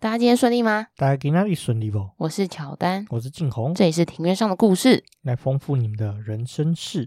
大家今天顺利吗？ 大家今天顺利不？ 我是乔丹， 我是静红， 这里是庭院上的故事， 来丰富你们的人生事。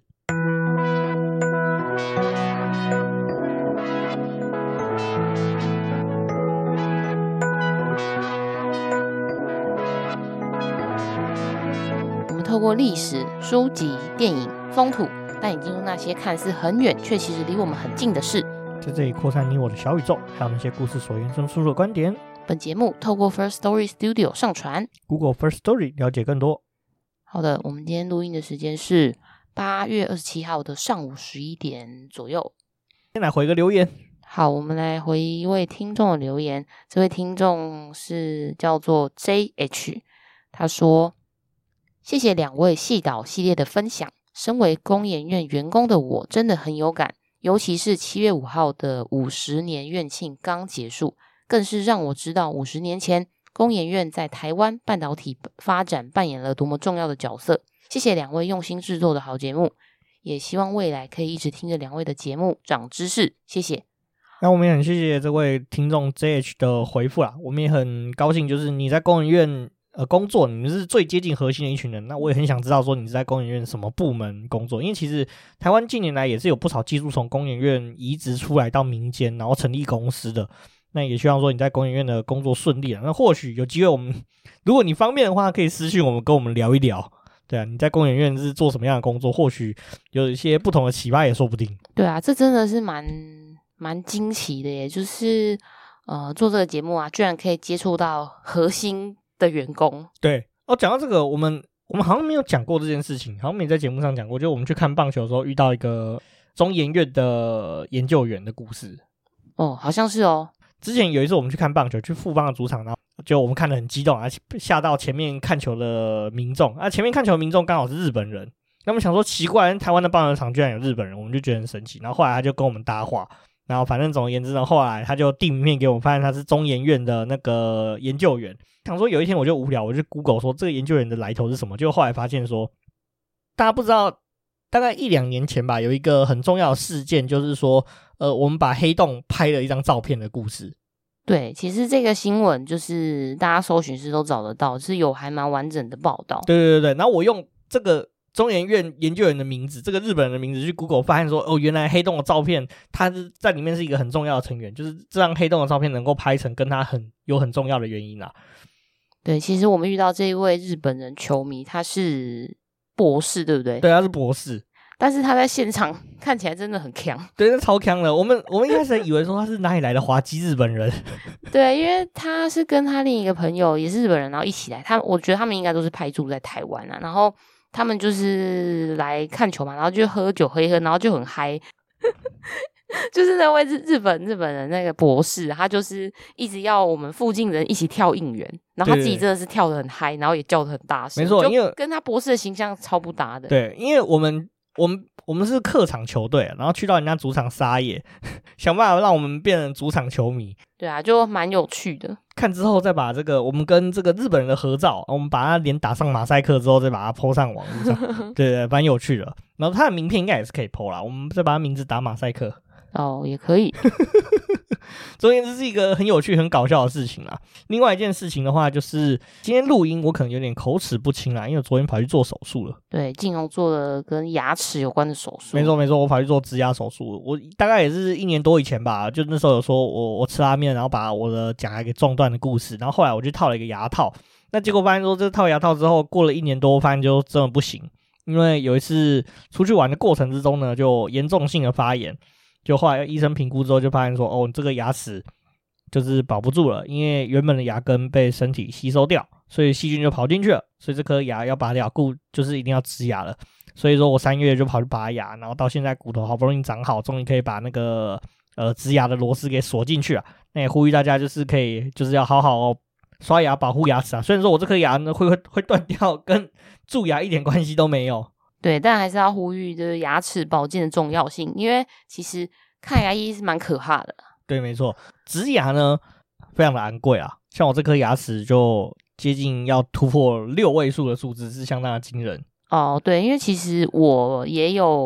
我们透过历史、书籍、电影、风土，带你进入那些看似很远却其实离我们很近的事， 在这里扩散你我的小宇宙，还有那些故事所延伸出的观点。 本节目透过 First Story Studio 上传 Google First Story 了解更多。 好的，我们今天录音的时间是8月27号的上午11点左右。 先来回个留言。 好，我们来回一位听众的留言。这位听众是叫做 JH， 他说：谢谢两位细导系列的分享，身为工研院员工的我真的很有感，尤其是7月5号的50年院庆刚结束，更是让我知道50年前工研院在台湾半导体发展扮演了多么重要的角色。谢谢两位用心制作的好节目，也希望未来可以一直听着两位的节目长知识，谢谢。 那我们也很谢谢这位听众 JH 的回复啦，我们也很高兴，就是你在工研院工作，你们是最接近核心的一群人。那我也很想知道说你是在工研院什么部门工作，因为其实台湾近年来也是有不少技术从工研院移植出来到民间，然后成立公司的。那也希望说你在工研院的工作顺利啦。那或许有机会我们，如果你方便的话，可以私讯我们，跟我们聊一聊。对啊，你在工研院是做什么样的工作？或许有一些不同的启发也说不定。 对啊，这真的是蛮惊奇的耶，就是做这个节目啊，居然可以接触到核心的员工。 对哦，讲到这个，我们好像没有讲过这件事情，好像没在节目上讲过。就我们去看棒球的时候，遇到一个中研院的研究员的故事。 哦，好像是哦。 之前有一次我们去看棒球，去富邦的主场，然后就我们看得很激动啊，吓到前面看球的民众啊，前面看球的民众刚好是日本人，那么想说奇怪，台湾的棒球场居然有日本人，我们就觉得很神奇。然后后来他就跟我们搭话，然后反正总而言之呢，后来他就递名片给我们，发现他是中研院的那个研究员。想说有一天我就无聊，我就 Google 说这个研究员的来头是什么，结果后来发现说，大家不知道，大概1-2年前吧，有一个很重要的事件，就是说我们把黑洞拍了一张照片的故事。 对，其实这个新闻就是大家搜寻是都找得到，是有还蛮完整的报道。 对，然后我用这个中研院研究员的名字，这个日本人的名字去 Google 发现说，哦，原来黑洞的照片它是在里面是一个很重要的成员，就是这张黑洞的照片能够拍成跟它有很重要的原因啦。对， 其实我们遇到这一位日本人球迷，他是博士，对不对？ 对，他是博士。 但是他在现场看起来真的很强， 对，那超强的。我们一开始以为说他是哪里来的滑稽日本人， 对，因为他是跟他另一个朋友也是日本人，然后一起来。我觉得他们应该都是派驻在台湾啊，然后他们就是来看球嘛，然后就喝酒喝一喝，然后就很嗨。就是那位日本人那个博士，他就是一直要我们附近人一起跳应援，然后他自己真的是跳得很嗨，然后也叫得很大声。 没错，因为跟他博士的形象超不搭的。 对，因为我们是客场球队，然后去到人家主场撒野，想办法让我们变成主场球迷。 对啊，就蛮有趣的。 看之后再把这个我们跟这个日本人的合照，我们把他脸打上马赛克之后，再把它 po 上网络上。对，蛮有趣的。然后他的名片应该也是可以 po 啦，我们再把他名字打马赛克。 哦，也可以。 总而言之是一个很有趣很搞笑的事情啦。另外一件事情的话，就是今天录音我可能有点口齿不清啦，因为我昨天跑去做手术了。 对，静红做了跟牙齿有关的手术。 没错，我跑去做植牙手术。我大概也是1年多以前吧，就那时候有说我吃拉面，然后把我的假牙给撞断的故事。然后后来我就套了一个牙套，那结果发现说这套牙套之后过了1年多，发现就真的不行。因为有一次出去玩的过程之中呢，就严重性的发炎。就后来医生评估之后就发现说，哦，这个牙齿就是保不住了，因为原本的牙根被身体吸收掉，所以细菌就跑进去了，所以这颗牙要拔掉，就是一定要植牙了。所以说我3月就跑去拔牙，然后到现在骨头好不容易长好，终于可以把那个植牙的螺丝给锁进去了。那也呼吁大家就是可以就是要好好刷牙保护牙齿啊。虽然说我这颗牙呢会断掉，跟蛀牙一点关系都没有。 对，但还是要呼吁就是牙齿保健的重要性，因为其实看牙医是蛮可怕的。 对，没错，植牙呢非常的昂贵啊，像我这颗牙齿就接近要突破6位数的数字，是相当的惊人。 哦，对，因为其实我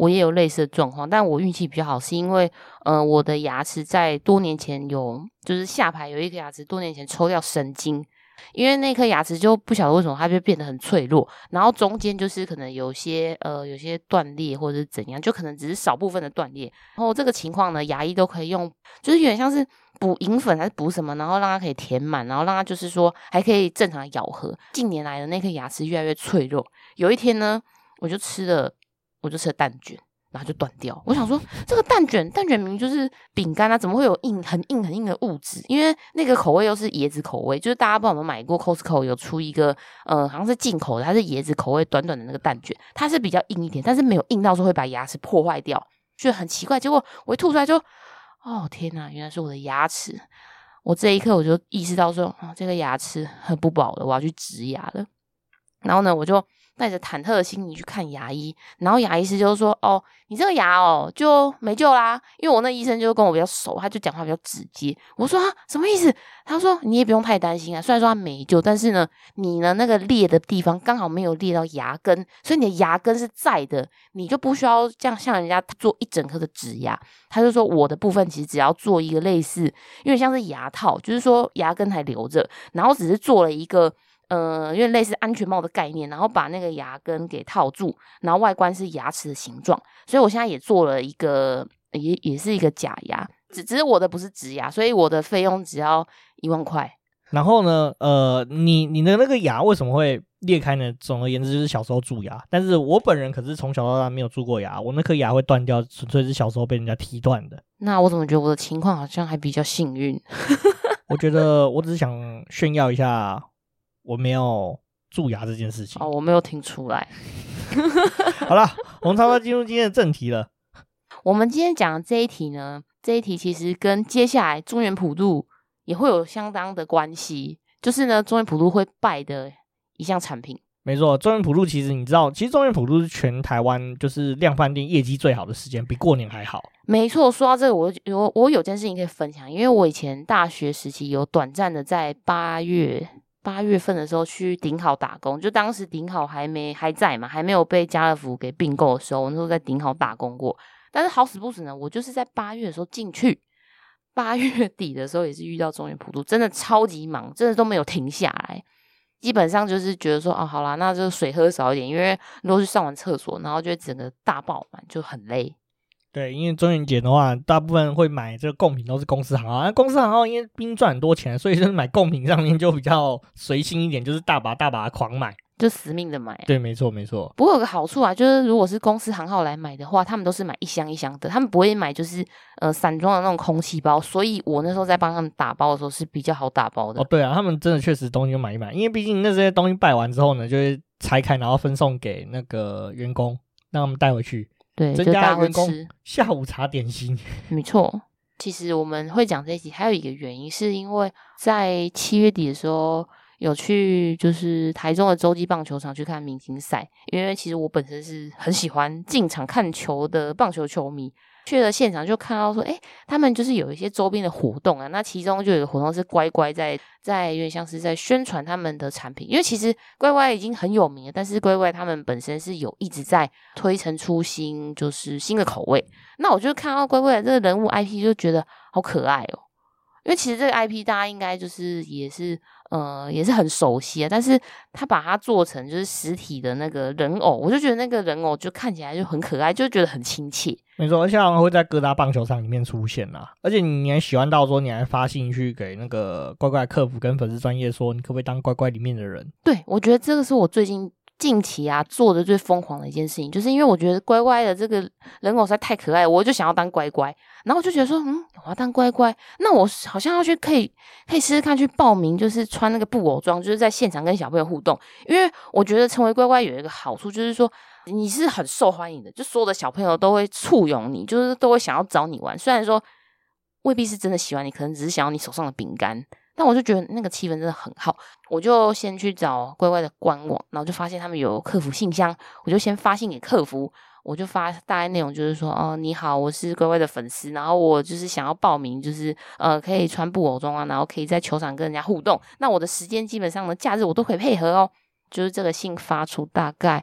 我也有类似的状况，但我运气比较好，是因为我的牙齿在多年前就是下排有一颗牙齿多年前抽掉神经，因为那颗牙齿就不晓得为什么它就变得很脆弱，然后中间就是可能有些断裂或者是怎样，就可能只是少部分的断裂，然后这个情况呢，牙医都可以用，就是有点像是补银粉还是补什么，然后让它可以填满，然后让它就是说还可以正常的咬合。近年来的那颗牙齿越来越脆弱，有一天呢，我就吃了蛋卷，然后就断掉。我想说，这个蛋卷明明就是饼干啊，怎么会有很硬的物质？因为那个口味又是椰子口味，就是大家不知道有没有买过 Costco 有出一个好像是进口的，它是椰子口味短短的那个蛋卷，它是比较硬一点，但是没有硬到说会把牙齿破坏掉，觉得很奇怪。结果我一吐出来就，哦天哪，原来是我的牙齿！我这一刻我就意识到说，这个牙齿很不保了，我要去植牙了。然后呢，我就带着忐忑的心情去看牙医，然后牙医师就说：“哦，你这个牙就没救啦。”因为我那医生就跟我比较熟，他就讲话比较直接。我说：“什么意思？”他说：“你也不用太担心啊，虽然说他没救，但是呢，你呢那个裂的地方刚好没有裂到牙根，所以你的牙根是在的，你就不需要这样像人家做一整颗的植牙。”他就说：“我的部分其实只要做一个类似，因为像是牙套，就是说牙根还留着，然后只是做了一个。”有点类似安全帽的概念，然后把那个牙根给套住，然后外观是牙齿的形状，所以我现在也做了一个，也是一个假牙，只是我的不是植牙，所以我的费用只要1万块。 然后呢，你的那个牙为什么会裂开呢？总而言之就是小时候蛀牙，但是我本人可是从小到大没有蛀过牙，我那颗牙会断掉，纯粹是小时候被人家踢断的。 那我怎么觉得我的情况好像还比较幸运？ 我觉得我只是想炫耀一下。我没有蛀牙这件事情我没有听出来。 好啦，我们差不多进入今天的正题了。 我们今天讲的这一题呢，这一题其实跟接下来中元普渡也会有相当的关系，就是呢中元普渡会拜的一项产品。 没错，中元普渡其实你知道，其实中元普渡是全台湾就是量贩店业绩最好的时间，比过年还好。 没错，说到这个，我有件事情可以分享，因为我以前大学时期有短暂的在8月份的时候去顶好打工，就当时顶好还在嘛，还没有被家乐福给并购的时候，我那时候在顶好打工过。但是好死不死呢，我就是在8月的时候进去，8月底的时候也是遇到中元普渡，真的超级忙，真的都没有停下来。基本上就是觉得说，好啦，那就水喝少一点，因为如果是上完厕所，然后就会整个大爆满，就很累。 对，因为中元节的话，大部分会买这个贡品都是公司行号，那公司行号因为毕竟赚很多钱，所以就是买贡品上面就比较随心一点，就是大把的狂买， 就死命的买。 对，没错没错。 不过有个好处啊，就是如果是公司行号来买的话，他们都是买一箱一箱的，他们不会买就是散装的那种空气包，所以我那时候在帮他们打包的时候是比较好打包的。 对啊，他们真的确实东西就买一买，因为毕竟那些东西拜完之后呢，就会拆开然后分送给那个员工，让他们带回去。 对， 增加员工下午茶点心。 没错，其实我们会讲这一集，还有一个原因，是因为在7月底的时候有去就是台中的洲际棒球场去看明星赛，因为其实我本身是很喜欢进场看球的棒球球迷。去了现场就看到说，他们就是有一些周边的活动啊，那其中就有一个活动是乖乖在有点像是在宣传他们的产品，因为其实乖乖已经很有名了，但是乖乖他们本身是有一直在推陈出新，就是新的口味。那我就看到乖乖的这个人物 IP 就觉得好可爱哦，因为其实这个 IP 大家应该就是也是很熟悉啊，但是他把它做成就是实体的那个人偶，我就觉得那个人偶就看起来就很可爱，就觉得很亲切。 没错，而且会在各大棒球场里面出现啦，而且你还喜欢到说你还发信去给那个乖乖客服跟粉丝专业说，你可不可以当乖乖里面的人？ 对，我觉得这个是我近期啊做的最疯狂的一件事情，就是因为我觉得乖乖的这个人偶实在太可爱了，我就想要当乖乖，然后我就觉得说，我要当乖乖，那我好像要去可以试试看去报名，就是穿那个布偶装，就是在现场跟小朋友互动，因为我觉得成为乖乖有一个好处，就是说你是很受欢迎的，就所有的小朋友都会簇拥你，就是都会想要找你玩，虽然说未必是真的喜欢你，可能只是想要你手上的饼干。但我就觉得那个气氛真的很好，我就先去找乖乖的官网，然后就发现他们有客服信箱，我就先发信给客服，我就发大概内容就是说，你好，我是乖乖的粉丝，然后我就是想要报名，就是可以穿布偶装啊，然后可以在球场跟人家互动，那我的时间基本上呢，假日我都可以配合哦。就是这个信发出大概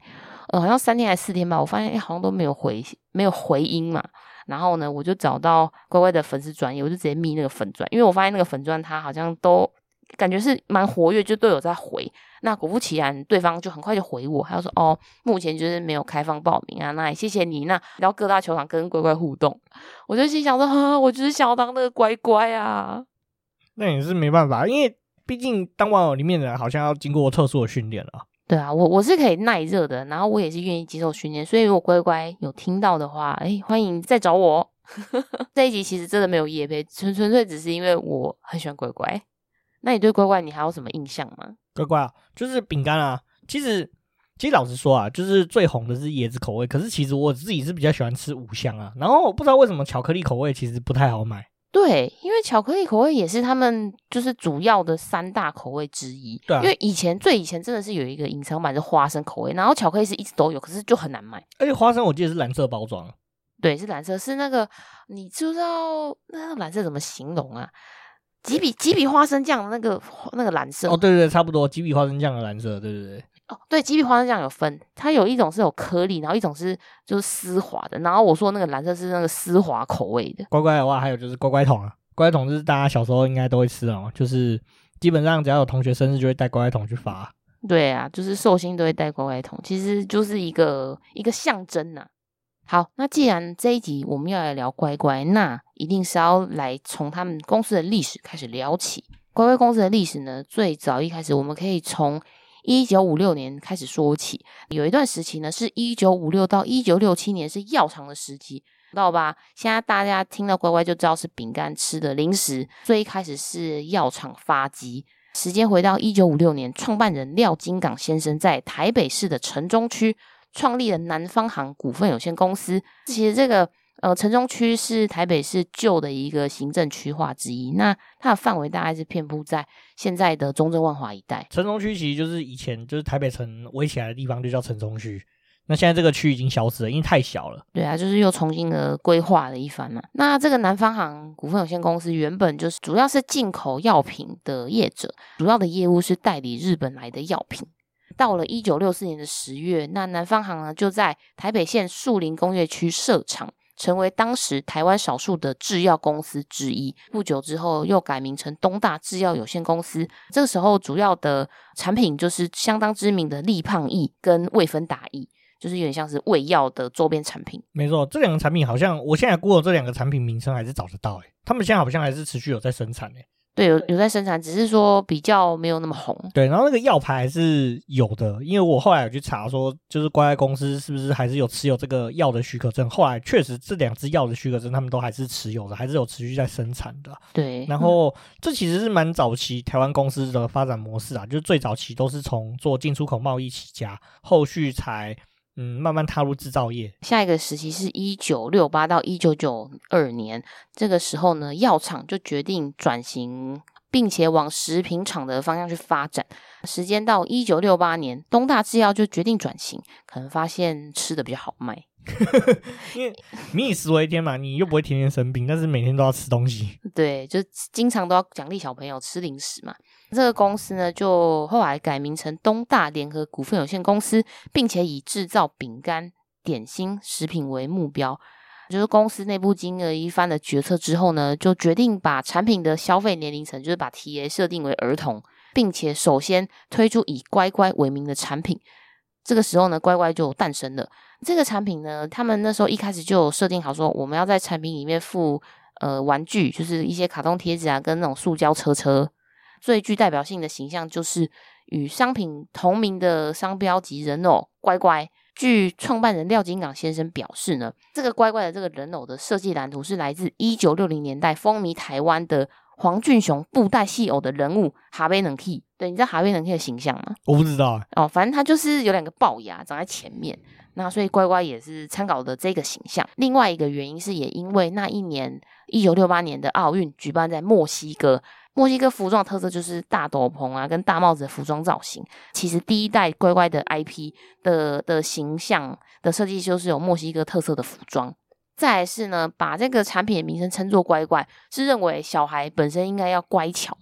好像3天还4天吧，我发现好像都没有回音嘛。然后呢，我就找到乖乖的粉丝专页，我就直接密那个粉专，因为我发现那个粉专他好像都感觉是蛮活跃，就都有在回。那果不其然，对方就很快就回我，他就说目前就是没有开放报名啊，那也谢谢你，那到各大球场跟乖乖互动。我就心想说我就是想要当那个乖乖啊。 那也是没办法，因为毕竟当网友里面的人好像要经过特殊的训练了。 对啊，我是可以耐热的，然后我也是愿意接受训练，所以如果乖乖有听到的话，欢迎再找我。这一集其实真的没有业配，纯粹只是因为我很喜欢乖乖。那你对乖乖你还有什么印象吗？ 乖乖啊，就是饼干啊。其实老实说啊，就是最红的是椰子口味，可是其实我自己是比较喜欢吃五香啊。然后不知道为什么巧克力口味其实不太好买。 对，因为巧克力口味也是他们就是主要的3大口味之一。 对啊， 因为最以前真的是有一个隐藏版是花生口味，然后巧克力是一直都有，可是就很难买。 而且花生我记得是蓝色包装。 对，是蓝色，是那个你知道那个蓝色怎么形容啊？几比花生酱的那个蓝色。 对对对，差不多几比花生酱的蓝色，对对对。 对，几比花生酱有分，它有一种是有颗粒，然后一种是就是丝滑的。然后我说那个蓝色是那个丝滑口味的。 乖乖的话，还有就是乖乖桶啊，乖乖桶就是大家小时候应该都会吃哦，就是基本上只要有同学生日就会带乖乖桶去发。 对啊，就是寿星都会带乖乖桶，其实就是一个象征啊。好，那既然这一集我们要来聊乖乖，那一定是要来从他们公司的历史开始聊起。乖乖公司的历史呢，最早一开始我们可以从1956年开始说起。有一段时期呢，是1956到1967年是药厂的时期，知道吧？现在大家听到乖乖就知道是饼干吃的零食，最一开始是药厂发迹。时间回到1956年，创办人廖金港先生在台北市的城中区创立了南方行股份有限公司。其实这个城中区是台北市旧的一个行政区划之一，那它的范围大概是遍布在现在的中正万华一带。 城中区其实就是以前就是台北城围起来的地方，就叫城中区。那现在这个区已经消失了，因为太小了。 对啊，就是又重新的规划了一番嘛。那这个南方行股份有限公司原本就是主要是进口药品的业者，主要的业务是代理日本来的药品。到了1964年的10月，那南方行呢就在台北县树林工业区设厂，成为当时台湾少数的制药公司之一。不久之后又改名成东大制药有限公司。这个时候主要的产品就是相当知名的利胖液跟味芬达液，就是有点像是胃药的周边产品。 没错，这两个产品好像我现在 Google 这两个产品名称还是找得到他们现在好像还是持续有在生产对，有在生产，只是说比较没有那么红。 对，然后那个药牌还是有的，因为我后来有去查说，就是乖乖公司是不是还是有持有这个药的许可证。后来确实这2支药的许可证他们都还是持有的，还是有持续在生产的。 对， 然后这其实是蛮早期台湾公司的发展模式啊，就是最早期都是从做进出口贸易起家，后续才慢慢踏入制造业。 下一个时期是1968到1992年，这个时候呢，药厂就决定转型，并且往食品厂的方向去发展。时间到1968年，东大制药就决定转型，可能发现吃的比较好卖。 因为民以食为天嘛，你又不会天天生病，但是每天都要吃东西。 对，就经常都要奖励小朋友吃零食嘛。这个公司呢，就后来改名成东大联合股份有限公司，并且以制造饼干、点心、食品为目标。就是公司内部经了一番的决策之后呢，就决定把产品的消费年龄层，就是把 TA 设定为儿童，并且首先推出以乖乖为名的产品。这个时候呢，乖乖就诞生了。这个产品呢，他们那时候一开始就有设定好说，我们要在产品里面附玩具，就是一些卡通贴纸啊，跟那种塑胶车。最具代表性的形象就是与商品同名的商标及人偶乖乖。据创办人廖金港先生表示呢，这个乖乖的这个人偶的设计蓝图是来自1960年代风靡台湾的黄俊雄布袋戏偶的人物哈贝能 K。 对，你知道哈贝能 K 的形象吗？ 我不知道反正他就是有2个龅牙长在前面，那所以乖乖也是参考的这个形象。另外一个原因是也因为那一年1968年的奥运举办在墨西哥，墨西哥服装的特色就是大斗篷啊跟大帽子的服装造型。其实第一代乖乖的 IP 的形象的设计就是有墨西哥特色的服装。再来是呢，把这个产品的名称称作乖乖，是认为小孩本身应该要乖巧，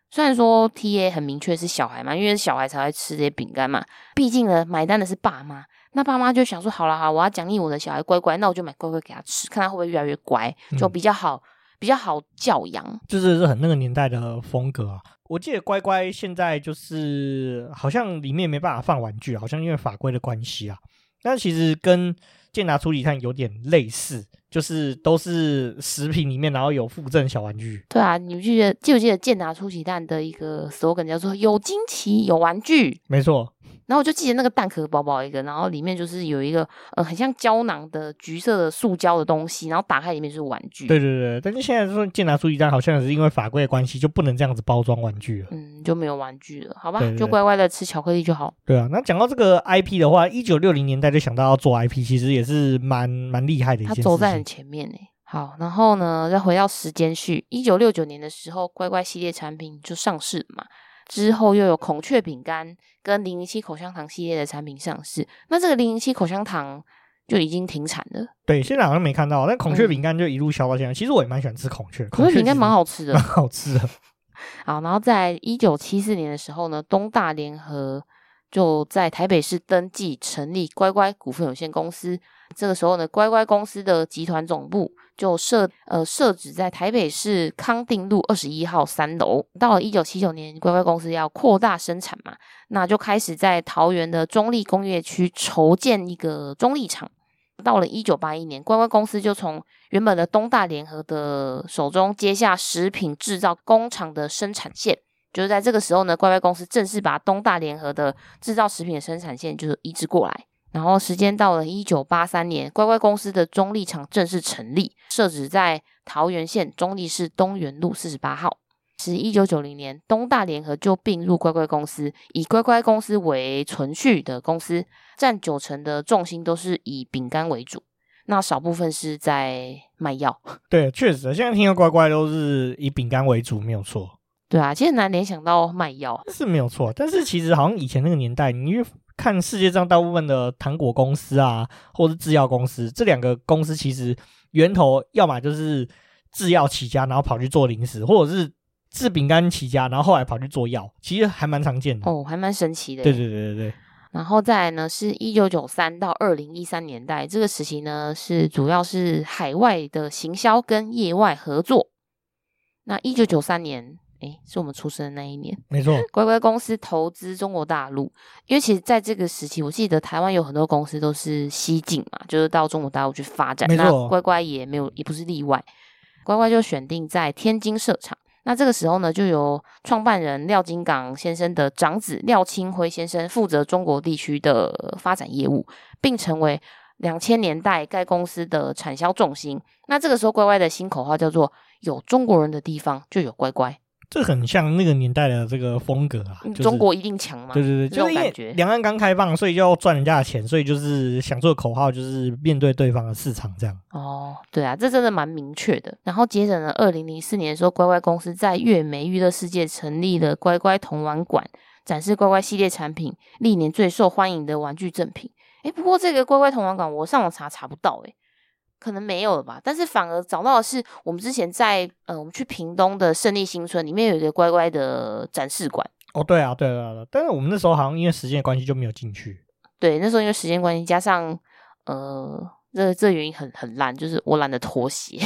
虽然说 TA 很明确是小孩嘛，因为小孩才会吃这些饼干嘛，毕竟呢买单的是爸妈，那爸妈就想说好啦，我要奖励我的小孩乖乖，那我就买乖乖给他吃，看他会不会越来越乖，就比较好教养， 就是很那个年代的风格啊。我记得乖乖现在就是好像里面没办法放玩具，好像因为法规的关系啊。但其实跟健达出奇蛋有点类似，就是都是食品里面然后有附赠小玩具。 对啊，你记不记得健达出奇蛋的一个 slogan 叫做有惊奇有玩具？ 没错。 然后我就记得那个蛋壳薄薄一个，然后里面就是有一个很像胶囊的橘色的塑胶的东西，然后打开里面就是玩具。 对对对，但是现在说健达出奇蛋好像是因为法规的关系就不能这样子包装玩具了。 就没有玩具了，好吧， 对对对， 就乖乖的吃巧克力就好。 对啊，那讲到这个 IP 的话，1960年代就想到要做 IP， 其实也是蛮厉害的一件事情。 他走在很前面欸。好，然后呢再回到时间序，1969年的时候乖乖系列产品就上市了嘛，之后又有孔雀饼干跟007口香糖系列的产品上市，那这个007口香糖就已经停产了。 对，现在好像没看到，但孔雀饼干就一路销到现在。其实我也蛮喜欢吃孔雀饼干，蛮好吃的， 蛮好吃的。 好，然后在1974年的时候呢，东大联合就在台北市登记成立乖乖股份有限公司。这个时候呢，乖乖公司的集团总部就设址在台北市康定路21号3楼。到了1979年，乖乖公司要扩大生产嘛，那就开始在桃园的中立工业区筹建一个中立厂。到了1981年，乖乖公司就从原本的东大联合的手中接下食品制造工厂的生产线。就是在这个时候呢，乖乖公司正式把东大联合的制造食品的生产线就是移植过来。然后时间到了1983年，乖乖公司的中立厂正式成立，设址在桃园县中立市东园路48号。是1990年，东大联合就并入乖乖公司，以乖乖公司为存续的公司，占90%的重心都是以饼干为主，那少部分是在卖药。 对，确实，现在听到乖乖都是以饼干为主，没有错。 对啊，其实很难联想到卖药是没有错，但是其实好像以前那个年代，你看世界上大部分的糖果公司啊，或是制药公司，这两个公司其实源头要么就是制药起家，然后跑去做零食，或者是制饼干起家，然后后来跑去做药，其实还蛮常见的。 还蛮神奇的。 对对对对对。 然后再来呢，是1993到2013年代这个时期呢，是主要是海外的行销跟业外合作。那1993年。是我们出生的那一年， 没错。 乖乖公司投资中国大陆，因为其实在这个时期，我记得台湾有很多公司都是西进嘛，就是到中国大陆去发展。 没错。 那乖乖也不是例外，乖乖就选定在天津设厂。那这个时候呢，就由创办人廖金港先生的长子廖清辉先生负责中国地区的发展业务，并成为2000年代该公司的产销重心。那这个时候，乖乖的新口号叫做“有中国人的地方就有乖乖”。 这很像那个年代的这个风格啊， 中国一定强嘛？ 对对对，就是因为两岸刚开放，所以就要赚人家的钱，所以就是想做的口号就是面对对方的市场这样。 对啊，这真的蛮明确的。然后接着呢，2004年的时候，乖乖公司在粤美娱乐世界成立了乖乖童玩馆，展示乖乖系列产品，历年最受欢迎的玩具赠品。不过这个乖乖童玩馆我上网查不到可能没有了吧，但是反而找到的是我们之前在我们去屏东的胜利新村里面有一个乖乖的展示馆。 对啊，但是我们那时候好像因为时间的关系就没有进去。对， 那时候因为时间关系加上这原因很烂，就是我懒得脱鞋。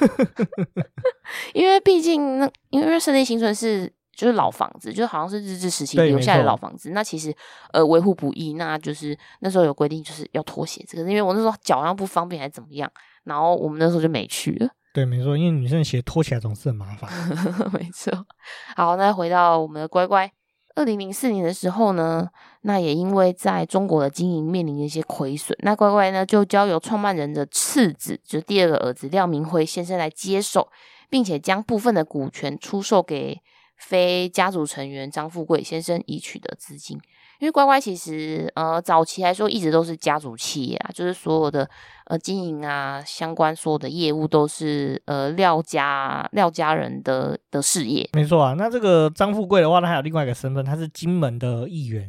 因为毕竟因为胜利新村就是老房子，就是好像是日治时期留下来的老房子，那其实维护不易，那就是那时候有规定就是要脱鞋子，可是因为我那时候脚好像不方便还是怎么样，然后我们那时候就没去了。 对，没错，因为女生的鞋脱起来总是很麻烦。 没错。好，那回到我们的乖乖，2004年的时候呢，那也因为在中国的经营面临一些亏损，那乖乖呢就交由创办人的次子，就是第二个儿子廖明辉先生来接手，并且将部分的股权出售给非家族成员张富贵先生以取得资金。因为乖乖其实早期来说一直都是家族企业啊，就是所有的经营啊相关所有的业务都是廖家人的事业。 没错啊，那这个张富贵的话，他还有另外一个身份，他是金门的议员。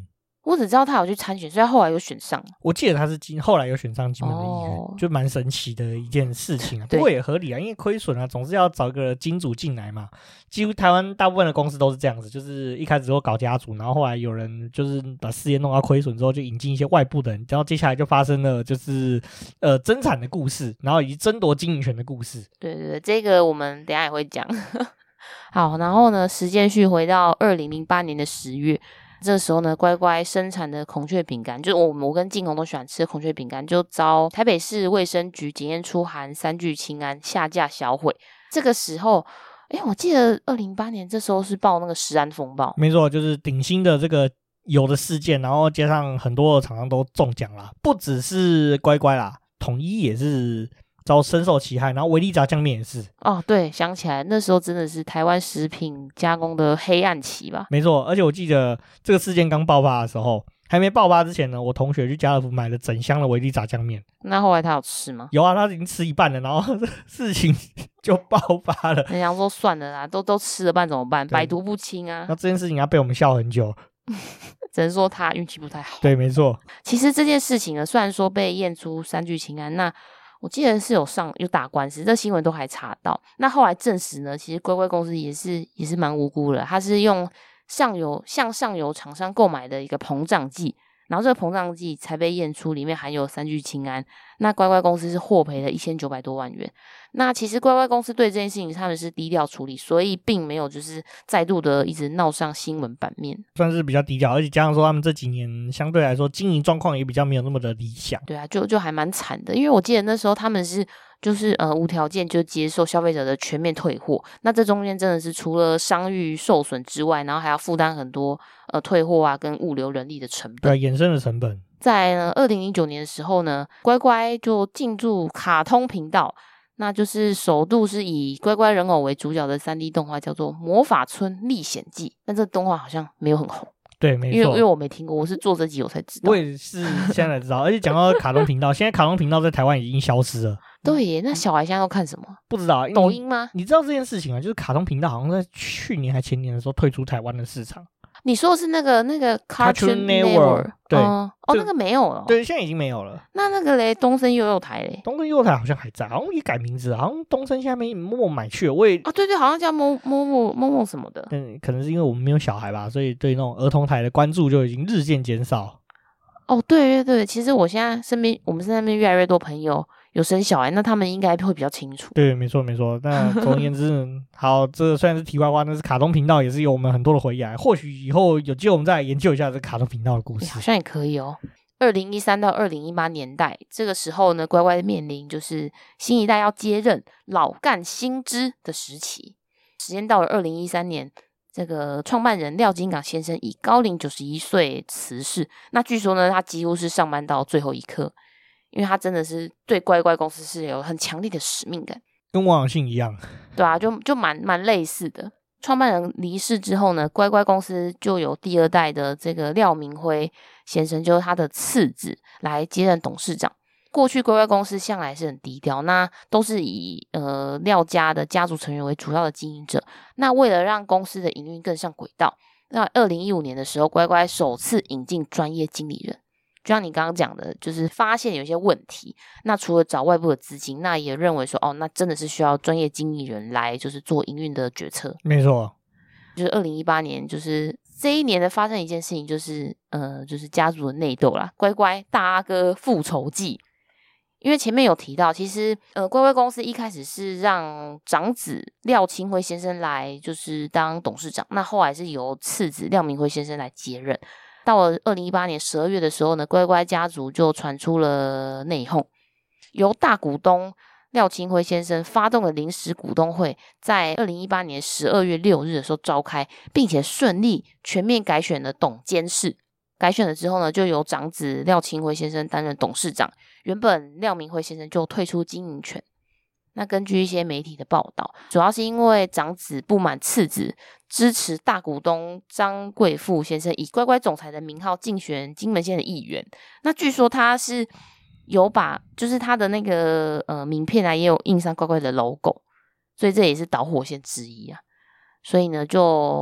我只知道他有去参选，所以他后来有选上。 我记得他是后来有选上金门的议员，就蛮神奇的一件事情啊。不过也合理啊，因为亏损啊，总是要找一个金主进来嘛。几乎台湾大部分的公司都是这样子，就是一开始都搞家族，然后后来有人就是把事业弄到亏损之后，就引进一些外部的人，然后接下来就发生了就是增产的故事，然后以及争夺经营权的故事。 对对对，这个我们等一下也会讲。好，然后呢，时间序回到2008年的10月。这时候呢，乖乖生产的孔雀饼干，就是我跟静红都喜欢吃的孔雀饼干，就遭台北市卫生局检验出含3聚氰胺，下架销毁。这个时候，我记得2008年这时候是爆那个食安风暴， 没错，就是顶新的这个有的事件，然后加上很多厂商都中奖啦，不只是乖乖啦，统一也是遭深受其害，然后维力炸酱面也是。 哦，对，想起来那时候真的是台湾食品加工的黑暗期吧。 没错，而且我记得这个事件刚爆发的时候，还没爆发之前呢，我同学去家乐福买了整箱的维力炸酱面。 那后来他有吃吗？ 有啊，他已经吃一半了，然后事情就爆发了。 人家说算了啦，都吃了半怎么办？百毒不侵啊。 那这件事情要被我们笑很久。 只能说他运气不太好。 对，没错。 其实这件事情呢，虽然说被验出3聚氰胺，那我记得是有打官司，这新闻都还查到。那后来证实呢，其实乖乖公司也是蛮无辜的，他是用向上游厂商购买的一个膨胀剂，然后这个膨胀剂才被验出里面含有3聚氰胺。那乖乖公司是获赔了1900多万元。那其实乖乖公司对这件事情他们是低调处理，所以并没有就是再度的一直闹上新闻版面， 算是比较低调，而且加上说他们这几年相对来说经营状况也比较没有那么的理想。 对啊，就还蛮惨的，因为我记得那时候他们是就是无条件就接受消费者的全面退货，那这中间真的是除了商誉受损之外，然后还要负担很多退货啊跟物流人力的成本， 对，衍生的成本。 在2009年的时候呢，乖乖就进驻卡通频道，那就是首度是以乖乖人偶为主角的 3D 动画，叫做《魔法村历险记》，但这动画好像没有很红。 对，没错， 因为我没听过，我是做这集我才知道。 我也是现在才知道，而且讲到卡通频道，现在卡通频道在台湾已经消失了。 对耶，那小孩现在都看什么？ 不知道， 抖音吗？ 你知道这件事情啊？就是卡通频道好像在去年还前年的时候退出台湾的市场。 你说的是那个 Cartoon Network？ 对， 那个没有了。 对，现在已经没有了。 那个嘞，东森幼幼台嘞， 东森幼幼台好像还在，好像也改名字了，好像东森现在被默默买去了。我也对，好像叫某某什么的。 可能是因为我们没有小孩吧，所以对那种儿童台的关注就已经日渐减少。 对，其实我现在我们身边越来越多朋友有生小孩，那他们应该会比较清楚。 对，没错。那总而言之，好，这虽然是题外话，但是卡通频道也是有我们很多的回忆啊。或许以后有机会我们再来研究一下这卡通频道的故事。 好像也可以哦。2013到2018年代，这个时候呢，乖乖面临就是新一代要接任老干新枝的时期。时间到了2013年。这个创办人廖金港先生以高龄91岁辞世，那据说呢，他几乎是上班到最后一刻，因为他真的是对乖乖公司是有很强烈的使命感， 跟王永庆一样， 对啊，就蛮类似的。创办人离世之后呢，乖乖公司就有第2代的这个廖明辉先生，就是他的次子来接任董事长。过去乖乖公司向来是很低调，那都是以廖家的家族成员为主要的经营者。那为了让公司的营运更上轨道，那2015年的时候，乖乖首次引进专业经理人。就像你刚刚讲的，就是发现有一些问题，那除了找外部的资金，那也认为说那真的是需要专业经理人来就是做营运的决策。 没错， 就是2018年，就是这一年的发生一件事情，就是家族的内斗啦，乖乖大阿哥复仇记。因为前面有提到，其实乖乖公司一开始是让长子廖清辉先生来就是当董事长，那后来是由次子廖明辉先生来接任。到了2018年12月的时候呢，乖乖家族就传出了内讧，由大股东廖清辉先生发动的临时股东会，在2018年12月6日的时候召开，并且顺利全面改选了董监事。改选了之后呢，就由长子廖清辉先生担任董事长，原本廖明辉先生就退出经营权。那根据一些媒体的报道，主要是因为长子不满次子支持大股东张贵富先生以乖乖总裁的名号竞选金门县的议员。那据说他是有把就是他的那个名片啊，也有印上乖乖的 logo， 所以这也是导火线之一啊。所以呢，就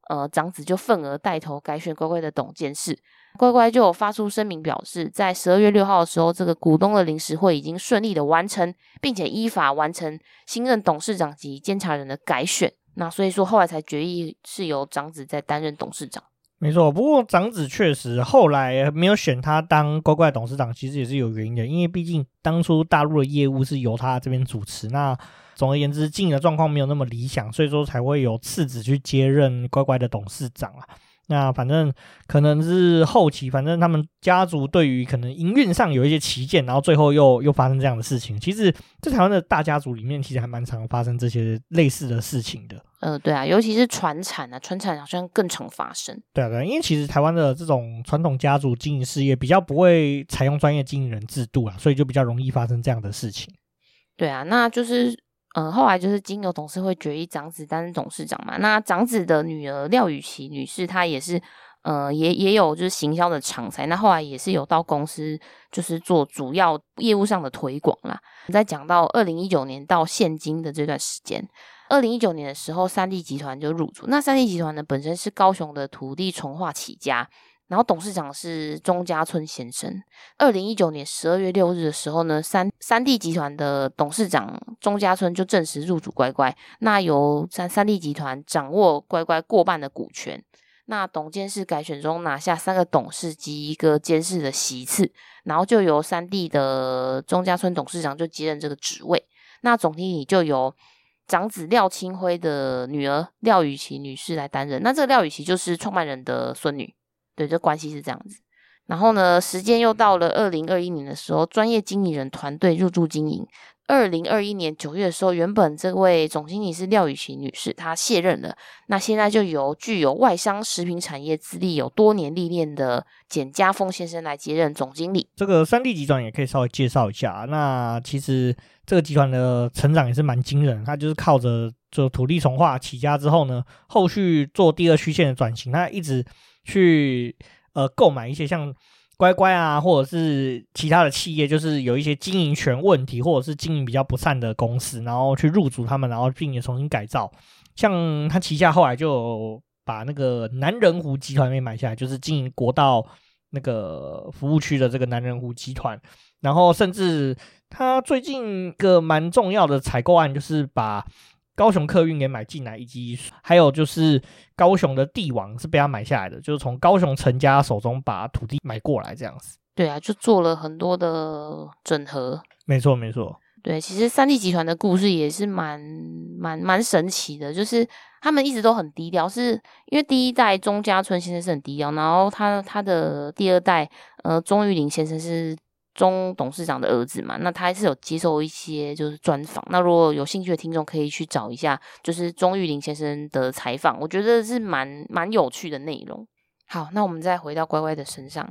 长子就愤而带头改选乖乖的董监事。乖乖就有发出声明表示，在12月6号的时候，这个股东的临时会已经顺利的完成，并且依法完成新任董事长及监察人的改选。那所以说后来才决议是由长子在担任董事长。 没错，不过长子确实后来没有选他当乖乖董事长，其实也是有原因的，因为毕竟当初大陆的业务是由他这边主持，那总而言之经营的状况没有那么理想，所以说才会有次子去接任乖乖的董事长啊。那反正可能是后期，反正他们家族对于可能营运上有一些歧见，然后最后又发生这样的事情。其实在台湾的大家族里面，其实还蛮常发生这些类似的事情的。 对啊，尤其是传产啊，传产好像更常发生。 对啊，因为其实台湾的这种传统家族经营事业比较不会采用专业经营人制度啊，所以就比较容易发生这样的事情。 对啊，那就是后来就是经由董事会决议长子担任董事长嘛。那长子的女儿廖雨琦女士，她也是也有就是行销的长才，那后来也是有到公司就是做主要业务上的推广啦。再讲到2019年到现今的这段时间，2019年的时候，三地集团就入主。那三地集团呢，本身是高雄的土地重划起家，然后董事长是钟家村先生。2019年12月6日的时候呢，三地集团的董事长钟家村就正式入主乖乖，那由三地集团掌握乖乖过半的股权。那董监事改选中拿下3个董事及1个监事的席次，然后就由三地的钟家村董事长就接任这个职位。那总经理就由长子廖清辉的女儿廖雨琦女士来担任。那这个廖雨琦就是创办人的孙女，对，这关系是这样子。然后呢，时间又到了2021年的时候，专业经理人团队入驻经营。2021年9月的时候，原本这位总经理是廖雨琦女士，她卸任了。那现在就由具有外商食品产业资历、有多年历练的简家峰先生来接任总经理。 这个三地集团也可以稍微介绍一下。那其实这个集团的成长也是蛮惊人，它就是靠着就土地重划起家之后呢，后续做第二曲线的转型，它一直去购买一些像乖乖啊，或者是其他的企业，就是有一些经营权问题或者是经营比较不善的公司，然后去入主他们，然后并且重新改造。像他旗下后来就有把那个南仁湖集团给买下来，就是经营国道那个服务区的这个南仁湖集团。然后甚至他最近一个蛮重要的采购案，就是把高雄客运给买进来，以及还有就是高雄的帝王是被他买下来的，就是从高雄陈家手中把土地买过来这样子。 对啊，就做了很多的整合。 没错没错。 对，其实三地集团的故事也是蛮神奇的，就是他们一直都很低调，是因为第一代钟家村先生是很低调，然后他的第二代钟玉麟先生是钟董事长的儿子嘛，那他还是有接受一些就是专访。那如果有兴趣的听众可以去找一下，就是钟玉麟先生的采访，我觉得是蛮有趣的内容。好，那我们再回到乖乖的身上。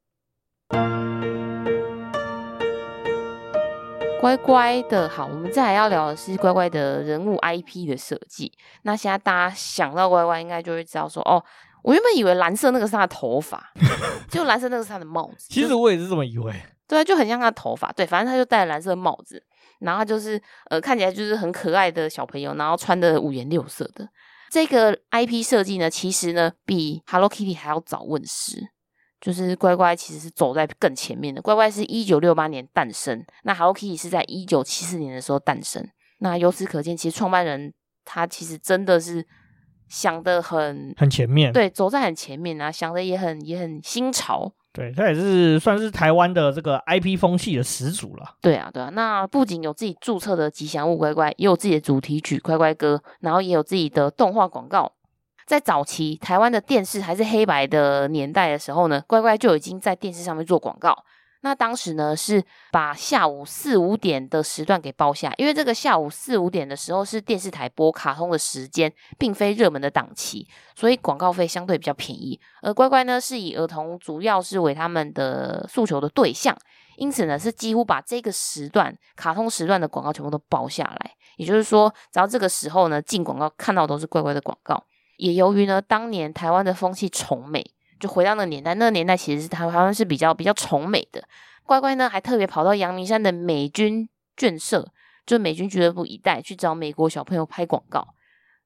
乖乖的好，我们再来要聊的是乖乖的人物 IP 的设计。那现在大家想到乖乖，应该就会知道说，哦，我原本以为蓝色那个是他的头发，结果蓝色那个是他的帽子。 其实我也是这么以为。 对啊，就很像他的头发。对，反正他就戴了蓝色的帽子，然后他就是看起来就是很可爱的小朋友，然后穿的五颜六色的。这个 IP 设计呢，其实呢比 Hello Kitty 还要早问世。就是乖乖其实是走在更前面的，乖乖是1968年诞生，那 Hello Kitty 是在1974年的时候诞生。那由此可见，其实创办人他其实真的是想得很前面， 对，走在很前面啊，想的也很新潮。 对，他也是算是台湾的这个 IP 风气的始祖了。 对啊，对啊。那不仅有自己注册的吉祥物乖乖，也有自己的主题曲乖乖歌，然后也有自己的动画广告。在早期台湾的电视还是黑白的年代的时候呢，乖乖就已经在电视上面做广告。那当时呢是把下午4、5点的时段给包下，因为这个下午4、5点的时候是电视台播卡通的时间，并非热门的档期，所以广告费相对比较便宜。而乖乖呢是以儿童主要是为他们的诉求的对象，因此呢是几乎把这个时段卡通时段的广告全部都包下来。也就是说，只要这个时候呢进广告看到都是乖乖的广告。也由于呢当年台湾的风气崇美，就回到那个年代，那个年代其实是台湾是比较崇美的。乖乖呢还特别跑到阳明山的美军眷舍，就是美军俱乐部一带去找美国小朋友拍广告。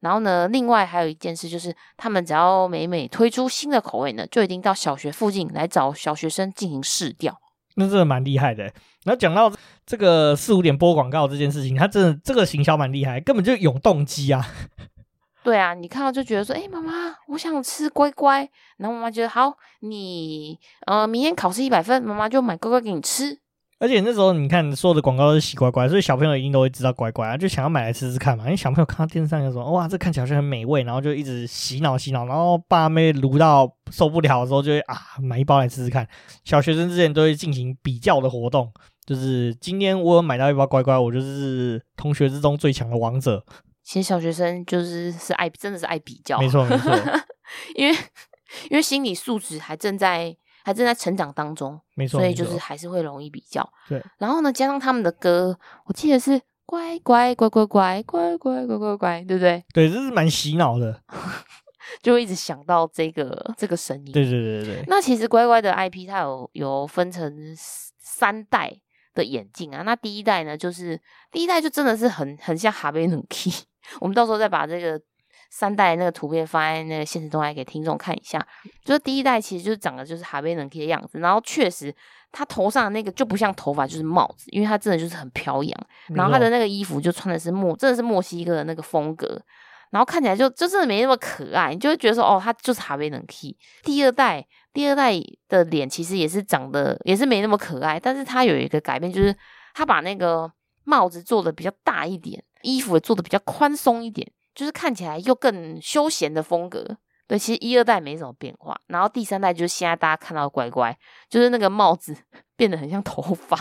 然后呢，另外还有一件事就是，他们只要每每推出新的口味呢，就一定到小学附近来找小学生进行试调。 那真的蛮厉害的。然后讲到这个4、5点播广告这件事情，它真的这个行销蛮厉害，根本就永动机啊。 对啊，你看到就觉得说，妈妈，我想吃乖乖。然后妈妈觉得好，你明天考试100分，妈妈就买乖乖给你吃。 而且那时候你看所有的广告都是洗乖乖，所以小朋友一定都会知道乖乖啊，就想要买来吃吃看嘛。因为小朋友看到电视上有什么，哇，这看起来好像很美味，然后就一直洗脑，然后爸妹撸到受不了的时候，就会买一包来吃吃看。小学生之前都会进行比较的活动，就是今天我有买到一包乖乖，我就是同学之中最强的王者。 其实小学生真的是爱比较， 没错没错， 因为心理素质还正在成长当中， 没错， 所以就是还是会容易比较。 对， 然后呢，加上他们的歌，我记得是乖乖乖乖乖乖乖乖乖乖，对不对？ 对，这是蛮洗脑的， 就会一直想到这个声音。 对对对对。 那其实乖乖的 IP 它有分成3代的演进啊。那第一代呢，就是第一代就真的是很像哈贝努 key。我们到时候再把这个3代那个图片放在那个现实动态给听众看一下。就是第一代其实就是长得就是哈贝努 key 的样子，然后确实他头上的那个就不像头发，就是帽子，因为他真的就是很飘扬。然后他的那个衣服就穿的是真的是墨西哥的那个风格。然后看起来就真的没那么可爱，你就会觉得说，他就是哈贝能 key。第二代的脸其实也是长得也是没那么可爱，但是他有一个改变，就是他把那个帽子做的比较大一点，衣服也做的比较宽松一点，就是看起来又更休闲的风格。对，其实1、2代没什么变化，然后第3代就是现在大家看到的乖乖，就是那个帽子变得很像头发。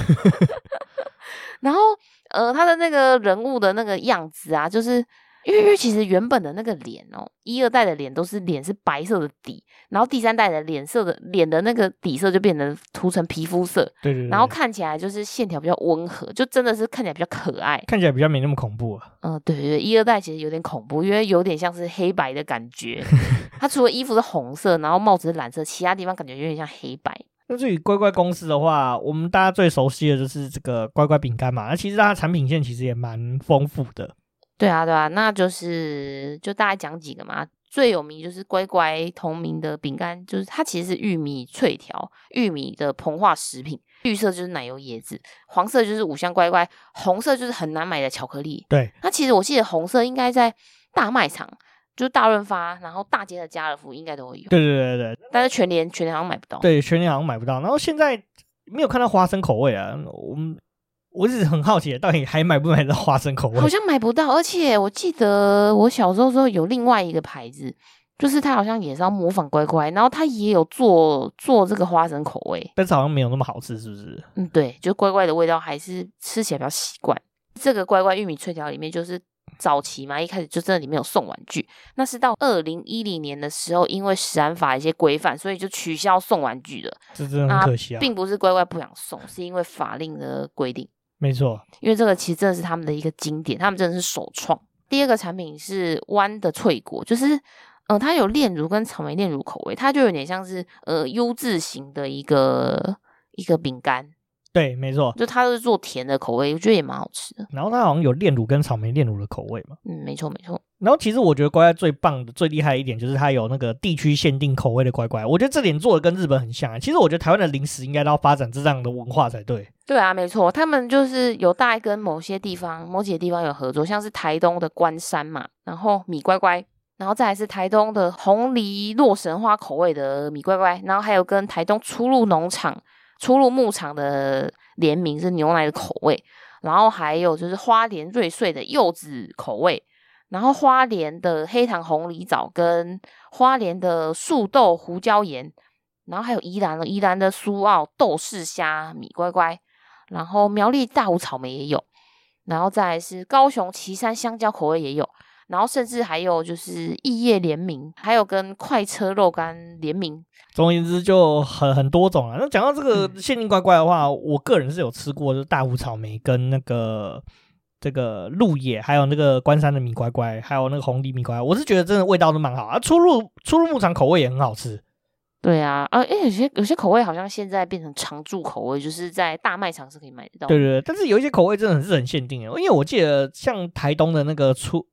然后他的那个人物的那个样子啊，就是因为其实原本的那个脸1、2代的脸脸是白色的底，然后第3代的脸的那个底色就变成涂成皮肤色， 对对对， 然后看起来就是线条比较温和，就真的是看起来比较可爱， 看起来比较没那么恐怖啊。 对对对，1、2代其实有点恐怖，因为有点像是黑白的感觉。它除了衣服是红色，然后帽子是蓝色，其他地方感觉有点像黑白。 那至于乖乖公司的话，我们大家最熟悉的就是这个乖乖饼干嘛，那其实它的产品线其实也蛮丰富的。 对啊，那就大概讲几个嘛。最有名就是乖乖同名的饼干，就是它其实是玉米脆条，玉米的膨化食品。绿色就是奶油椰子，黄色就是5香乖乖，红色就是很难买的巧克力。 对， 那其实我记得红色应该在大卖场，就是大润发，然后大街的家乐福应该都会有。 对对对对， 但是全联好像买不到。 对，全联好像买不到。然后现在没有看到花生口味啊，我一直很好奇，到底还买不买到花生口味？ 好像买不到，而且我记得我小时候的时候有另外一个牌子，就是它好像也是要模仿乖乖，然后它也有做这个花生口味， 但是好像没有那么好吃，是不是？ 对，就乖乖的味道还是吃起来比较习惯。这个乖乖玉米脆条里面就是早期嘛，一开始就真的里面有送玩具，那是到2010年的时候，因为食安法一些规范，所以就取消送玩具了。 这真的很可惜啊！ 并不是乖乖不想送，是因为法令的规定。 没错， 因为这个其实真的是他们的一个经典，他们真的是首创。第二个产品是湾的脆果，就是它有炼乳跟草莓炼乳口味，它就有点像是U 字型的一个饼干。 对，没错， 就它是做甜的口味，我觉得也蛮好吃的。 然后它好像有炼乳跟草莓炼乳的口味嘛。 没错没错。 然后其实我觉得乖乖最棒的、最厉害的一点就是它有那个地区限定口味的乖乖，我觉得这点做的跟日本很像。其实我觉得台湾的零食应该都要发展这样的文化才对。 对啊，没错，他们就是有大概跟某几个地方有合作，像是台东的关山嘛，然后米乖乖，然后再来是台东的红梨洛神花口味的米乖乖，然后还有跟台东初鹿牧场的联名是牛奶的口味，然后还有就是花莲瑞穗的柚子口味，然后花莲的黑糖红梨枣跟花莲的树豆胡椒盐，然后还有宜兰的苏澳豆豉虾米乖乖，然后苗栗大湖草莓也有，然后再来是高雄旗山香蕉口味也有，然后甚至还有就是异业联名，还有跟快车肉干联名。 总而言之就很多种啊。那讲到这个限定乖乖的话，我个人是有吃过，就是大湖草莓跟那个这个鹿野，还有那个关山的米乖乖，还有那个红梨米乖乖，我是觉得真的味道都蛮好啊。初入牧场口味也很好吃。 对啊，有些口味好像现在变成常驻口味，就是在大卖场是可以买得到。 对对对，但是有一些口味真的是很限定的，因为我记得像台东的那个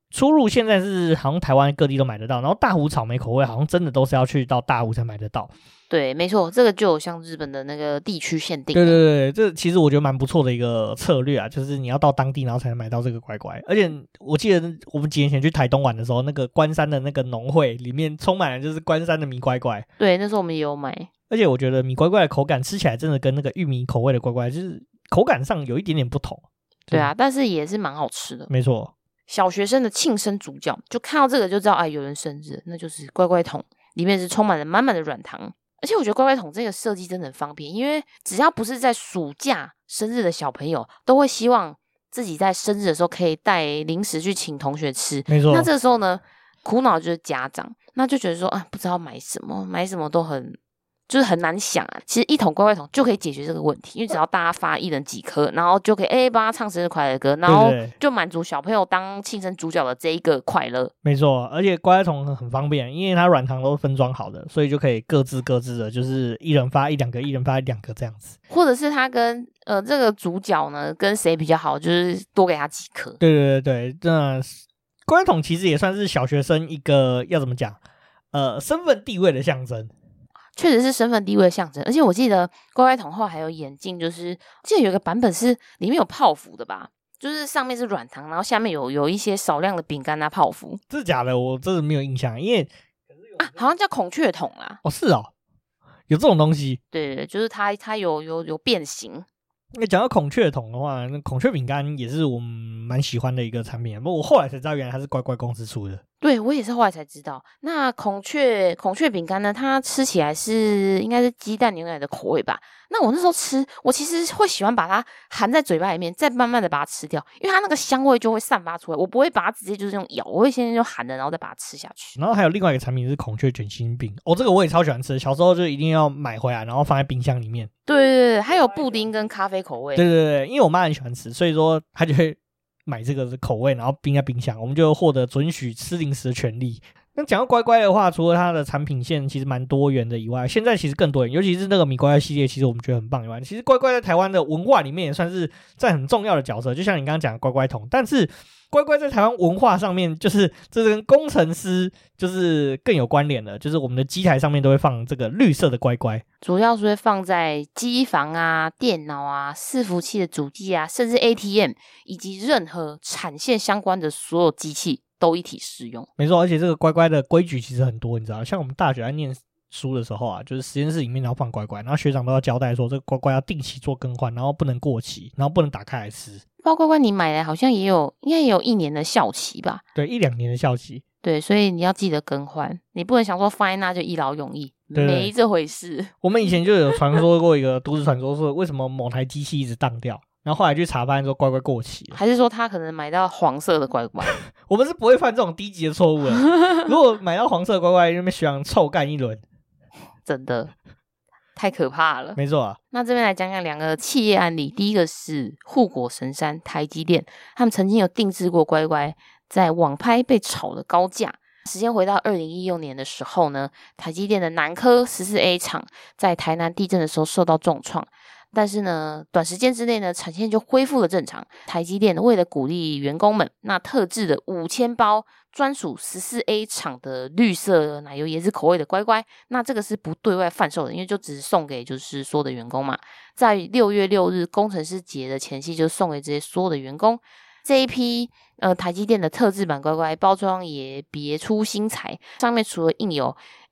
出入现在是好像台湾各地都买得到，然后大湖草莓口味好像真的都是要去到大湖才买得到。 对，没错，这个就有像日本的那个地区限定。 对对对，这其实我觉得蛮不错的一个策略啊，就是你要到当地然后才能买到这个乖乖。而且我记得我们几年前去台东玩的时候，那个关山的那个农会里面充满了就是关山的米乖乖。 对，那时候我们也有买。 而且我觉得米乖乖的口感吃起来真的跟那个玉米口味的乖乖就是口感上有一点点不同。 对啊，但是也是蛮好吃的。 没错。 小学生的庆生主角就看到这个就知道，哎，有人生日，那就是乖乖桶，里面是充满了满满的软糖。而且我觉得乖乖桶这个设计真的很方便，因为只要不是在暑假生日的小朋友，都会希望自己在生日的时候可以带零食去请同学吃。 没错。 那这个时候呢，苦恼就是家长，那就觉得说啊，不知道买什么都就是很难想啊。其实一桶乖乖桶就可以解决这个问题，因为只要大家发一人几颗，然后就可以帮他唱生日快乐歌，然后就满足小朋友当庆生主角的这一个快乐。 没错，而且乖乖桶很方便，因为它软糖都是分装好的，所以就可以各自的，就是一人发一两个，一人发两个这样子。 或者是他跟这个主角呢跟谁比较好，就是多给他几颗。 对对对对，那乖乖桶其实也算是小学生一个要怎么讲身份地位的象征。 确实是身份地位的象征，而且我记得乖乖桶后来还有演进，就是记得有一个版本是里面有泡芙的吧，就是上面是软糖，然后下面有一些少量的饼干啊泡芙。 这假的？我真的没有印象，因为好像叫孔雀桶啦。 哦，是哦，有这种东西。 对对，就是它有变形。 那讲到孔雀桶的话，那孔雀饼干也是我们蛮喜欢的一个产品，不过我后来才知道原来它是乖乖公司出的。 对，我也是后来才知道。那孔雀饼干呢，它吃起来应该是鸡蛋牛奶的口味吧。那我那时候吃，我其实会喜欢把它含在嘴巴里面，再慢慢的把它吃掉，因为它那个香味就会散发出来。我不会把它直接就是用咬，我会先用含的，然后再把它吃下去。 然后还有另外一个产品是孔雀卷心饼，这个我也超喜欢吃，小时候就一定要买回来，然后放在冰箱里面。 对对对，还有布丁跟咖啡口味。 对对对，因为我妈很喜欢吃，所以说她就会买这个口味，然后冰在冰箱，我们就获得准许吃零食的权利。那讲到乖乖的话，除了它的产品线其实蛮多元的以外，现在其实更多元，尤其是那个米乖乖系列，其实我们觉得很棒以外，其实乖乖在台湾的文化里面也算是在很重要的角色，就像你刚刚讲的乖乖桶，但是乖乖在台湾文化上面，就是这跟工程师就是更有关联了，就是我们的机台上面都会放这个绿色的乖乖， 主要是会放在机房啊、电脑啊、伺服器的主机啊，甚至 ATM 以及任何产线相关的所有机器都一体适用。 没错，而且这个乖乖的规矩其实很多，你知道，像我们大学在念书的时候啊，就是实验室里面要放乖乖，然后学长都要交代说这个乖乖要定期做更换，然后不能过期，然后不能打开来吃。 包乖乖你买来好像应该也有1年的效期吧？ 对，1-2年的效期。 对，所以你要记得更换，你不能想说放在那就一劳永逸， 对对没这回事。 我们以前就有传说过一个都市传说，说为什么某台机器一直当掉，然后后来去查发现说乖乖过期了， 还是说他可能买到黄色的乖乖？ 我们是不会犯这种低级的错误的。如果买到黄色的乖乖，那边学长臭干一轮， 真的太可怕了。 没错啊。 那这边来讲讲2个企业案例，第一个是护国神山台积电，他们曾经有定制过乖乖，在网拍被炒的高价。时间回到2016年的时候呢，台积电的南科14A 厂在台南地震的时候受到重创，但是呢，短时间之内呢，产线就恢复了正常。台积电为了鼓励员工们，那特制的5000包专属14A 厂的绿色奶油椰子口味的乖乖，那这个是不对外贩售的，因为就只是送给就是所有的员工嘛。在6月6日工程师节的前夕，就送给这些所有的员工。这一批台积电的特制版乖乖包装也别出心裁，上面除了印有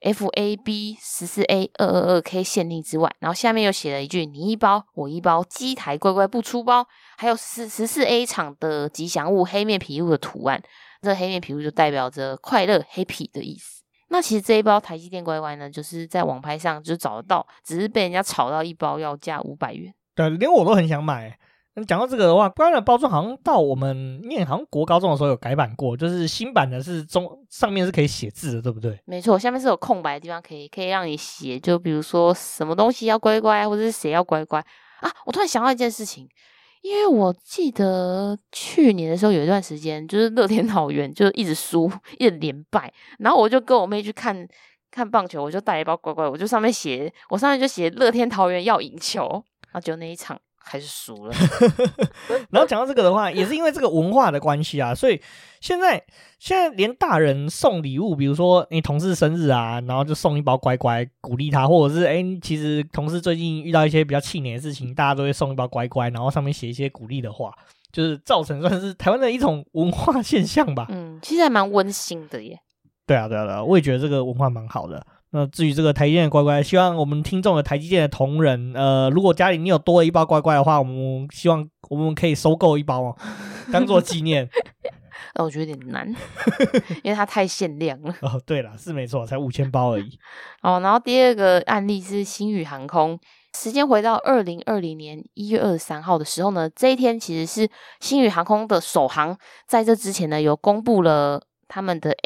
FAB 14A 222K 限定之外，然后下面又写了一句你一包我一包，机台乖乖不出包，还有14A 厂的吉祥物黑面琵鹭的图案，这黑面琵鹭就代表着快乐 happy 的意思。那其实这一包台积电乖乖呢，就是在网拍上就找得到，只是被人家炒到一包要价500元。 对，连我都很想买。讲到这个的话，乖乖的包装好像到我们念好像国高中的时候有改版过，就是新版的是上面是可以写字的，对不对？ 没错，下面是有空白的地方可以让你写，就比如说什么东西要乖乖，或者是谁要乖乖啊。我突然想到一件事情，因为我记得去年的时候有一段时间，就是乐天桃园就一直输，一直连败，然后我就跟我妹去看棒球，我就带一包乖乖，我上面就写乐天桃园要赢球，然后就那一场还是输了。 然后讲到这个的话，也是因为这个文化的关系啊，所以现在连大人送礼物，比如说你同事生日啊，然后就送一包乖乖鼓励他，或者是其实同事最近遇到一些比较气馁的事情，大家都会送一包乖乖，然后上面写一些鼓励的话，就是造成算是台湾的一种文化现象吧。 其实还蛮温馨的耶。 对啊，我也觉得这个文化蛮好的。那至于这个台积电的乖乖，希望我们听众的台积电的同仁，如果家里你有多了一包乖乖的话，我们希望我们可以收购一包哦，当做纪念。 我觉得有点难，因为它太限量了。 对啦，是没错，才5000包而已。 然后第二个案例是星宇航空，时间回到2020年1月23号的时候呢，这一天其实是星宇航空的首航，在这之前呢，有公布了他们的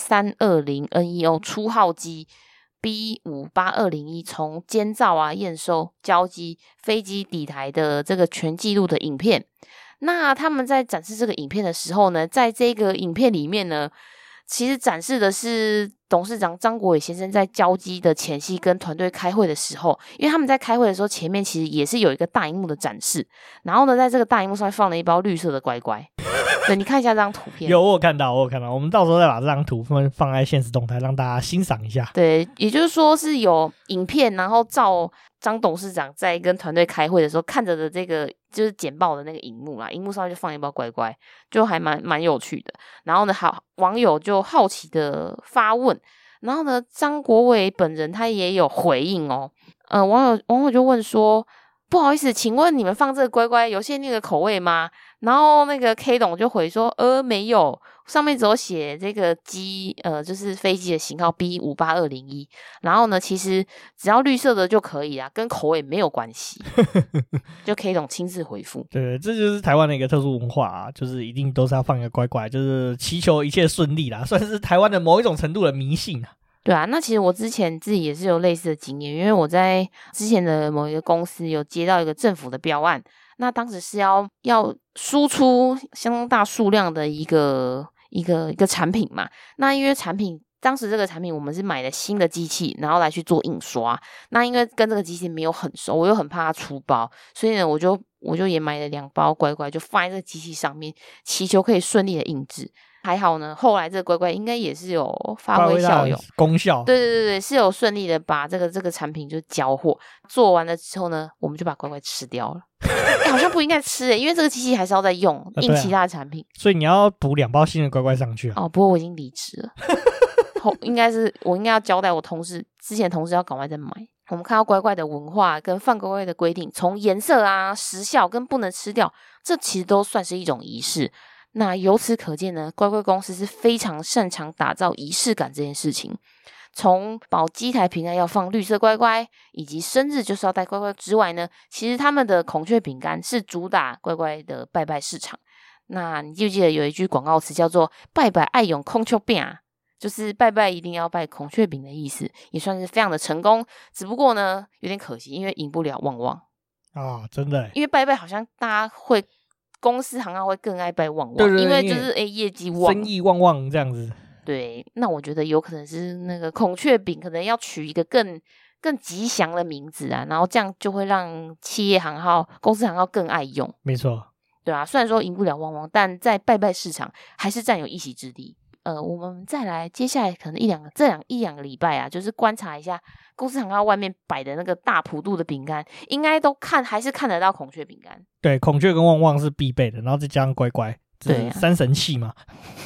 A320neo 初号机。B58201 从监造啊、验收、交机、飞机底台的这个全记录的影片。那他们在展示这个影片的时候呢，在这个影片里面呢，其实展示的是董事长张国伟先生在交机的前夕跟团队开会的时候，因为他们在开会的时候，前面其实也是有一个大荧幕的展示，然后呢，在这个大荧幕上面放了一包绿色的乖乖。对，你看一下这张图片。 有，我有看到，我们到时候再把这张图放在限时动态，让大家欣赏一下。 对，也就是说是有影片，然后照张董事长在跟团队开会的时候看着的这个就是简报的那个荧幕啦，荧幕上就放一包乖乖，就还蛮有趣的。然后呢，网友就好奇的发问，然后呢，张国伟本人他也有回应哦。网友就问说，不好意思，请问你们放这个乖乖有限定的口味吗？然后那个 K 董就回说，没有，上面只有写这个机，就是飞机的型号 B58201。然后呢，其实只要绿色的就可以啦，跟口味没有关系。就 K 董亲自回复。 对，这就是台湾的一个特殊文化啊，就是一定都是要放一个乖乖，就是祈求一切顺利啦，算是台湾的某一种程度的迷信啊。 对啊，那其实我之前自己也是有类似的经验，因为我在之前的某一个公司有接到一个政府的标案，那当时是要输出相当大数量的一个产品嘛。那因为当时这个产品我们是买了新的机器，然后来去做印刷。那因为跟这个机器没有很熟，我又很怕它出包，所以呢，我就也买了2包乖乖，就放在这个机器上面，祈求可以顺利的印制。还好呢，后来这个乖乖应该也是有发挥效用， 功效。 对，是有顺利的把这个产品就交货。做完了之后呢，我们就把乖乖吃掉了。好像不应该吃因为这个机器还是要再用，印其他的产品。 所以你要补2包新的乖乖上去啊。 不过我已经离职了。我应该要交代我之前同事要赶快再买。我们看到乖乖的文化跟放乖乖的规定，从颜色啊、时效跟不能吃掉，这其实都算是一种仪式。那由此可见呢，乖乖公司是非常擅长打造仪式感这件事情。从保机台平安要放绿色乖乖，以及生日就是要带乖乖之外呢，其实他们的孔雀饼干是主打乖乖的拜拜市场。那你记不记得有一句广告词叫做拜拜爱用孔雀饼，就是拜拜一定要拜孔雀饼的意思，也算是非常的成功。只不过呢，有点可惜，因为赢不了旺旺啊，真的。因为拜拜好像大家公司行号会更爱拜旺旺， 对， 因为就是业绩旺， 生意旺旺这样子。 对，那我觉得有可能是那个孔雀饼可能要取一个更吉祥的名字啊，然后这样就会让企业行号、公司行号更爱用。 没错， 对啊，虽然说赢不了旺旺，但在拜拜市场还是占有一席之地。我们再来接下来可能一两个礼拜啊，就是观察一下公司行号外面摆的那个大普度的饼干，应该都还是看得到孔雀饼干。 对，孔雀跟旺旺是必备的，然后再加上乖乖，对、三神器嘛。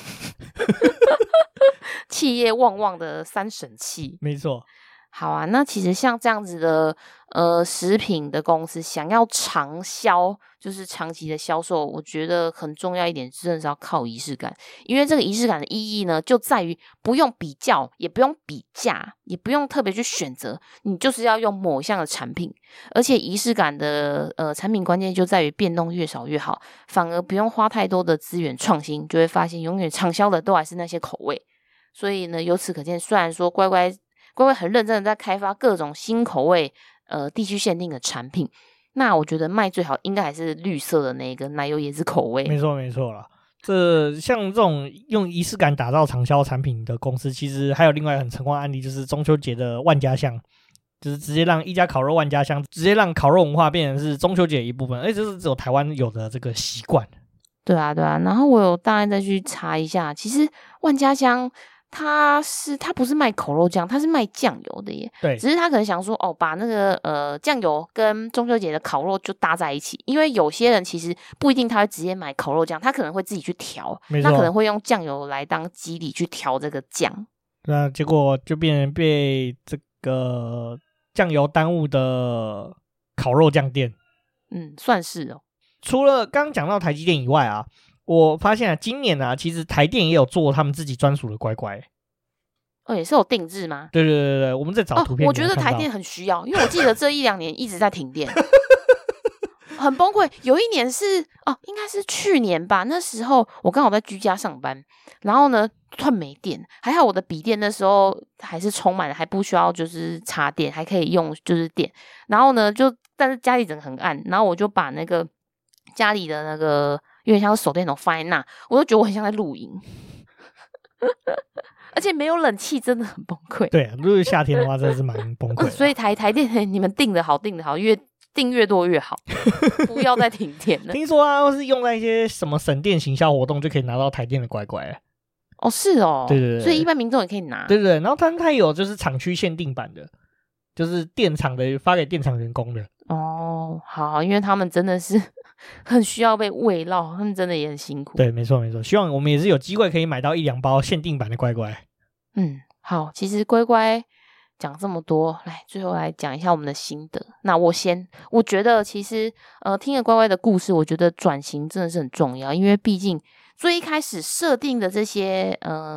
企业旺旺的3神器， 没错。 好啊，那其实像这样子的食品的公司想要长销，就是长期的销售，我觉得很重要一点真的是要靠仪式感。因为这个仪式感的意义呢，就在于不用比较，也不用比价，也不用特别去选择，你就是要用某一项的产品。而且仪式感的产品关键就在于变动越少越好，反而不用花太多的资源创新，就会发现永远畅销的都还是那些口味。所以呢，由此可见，虽然说乖乖很认真的在开发各种新口味地区限定的产品，那我觉得卖最好应该还是绿色的那个奶油椰子口味。 没错啦。这像这种用仪式感打造畅销产品的公司，其实还有另外很成功的案例，就是中秋节的万家香。 就是直接让一家烤肉万家香，直接让烤肉文化变成是中秋节的一部分，而且这是只有台湾有的这个习惯。 对啊，然后我有大概再去查一下，其实万家香它不是卖烤肉酱，它是卖酱油的耶。 对， 只是他可能想说把那个酱油跟中秋节的烤肉就搭在一起，因为有些人其实不一定他会直接买烤肉酱，他可能会自己去调，那可能会用酱油来当基底去调这个酱。 对啊，结果就变成被这个酱油耽误的烤肉酱店。 算是哦。 除了刚刚讲到台积电以外啊，我发现今年其实台电也有做他们自己专属的乖乖。 也是有定制吗？ 对，我们在找图片。 我觉得台电很需要，因为我记得这1-2年一直在停电，很崩溃。有一年是应该是去年吧，那时候我刚好在居家上班，然后呢突然没电，还好我的笔电那时候还是充满了，还不需要就是插电，还可以用就是电。然后呢但是家里整个很暗，然后我就把那个家里的那个有点像是手电筒放在那，我就觉得我很像在露营。而且没有冷气真的很崩溃。 对，如果是夏天的话真的是蛮崩溃的。 所以台电你们订的好，订越多越好，不要再停电了。 听说是用在一些什么省电行销活动就可以拿到台电的乖乖。 是哦。 对， 所以一般民众也可以拿。 对，然后它有就是厂区限定版的，就是电厂的发给电厂员工的。 好，因为他们真的是很需要被慰劳，他们真的也很辛苦。 对，没错，希望我们也是有机会可以买到1-2包限定版的乖乖。 好，其实乖乖讲这么多，最后来讲一下我们的心得。那我觉得其实听了乖乖的故事，我觉得转型真的是很重要，因为毕竟最一开始设定的这些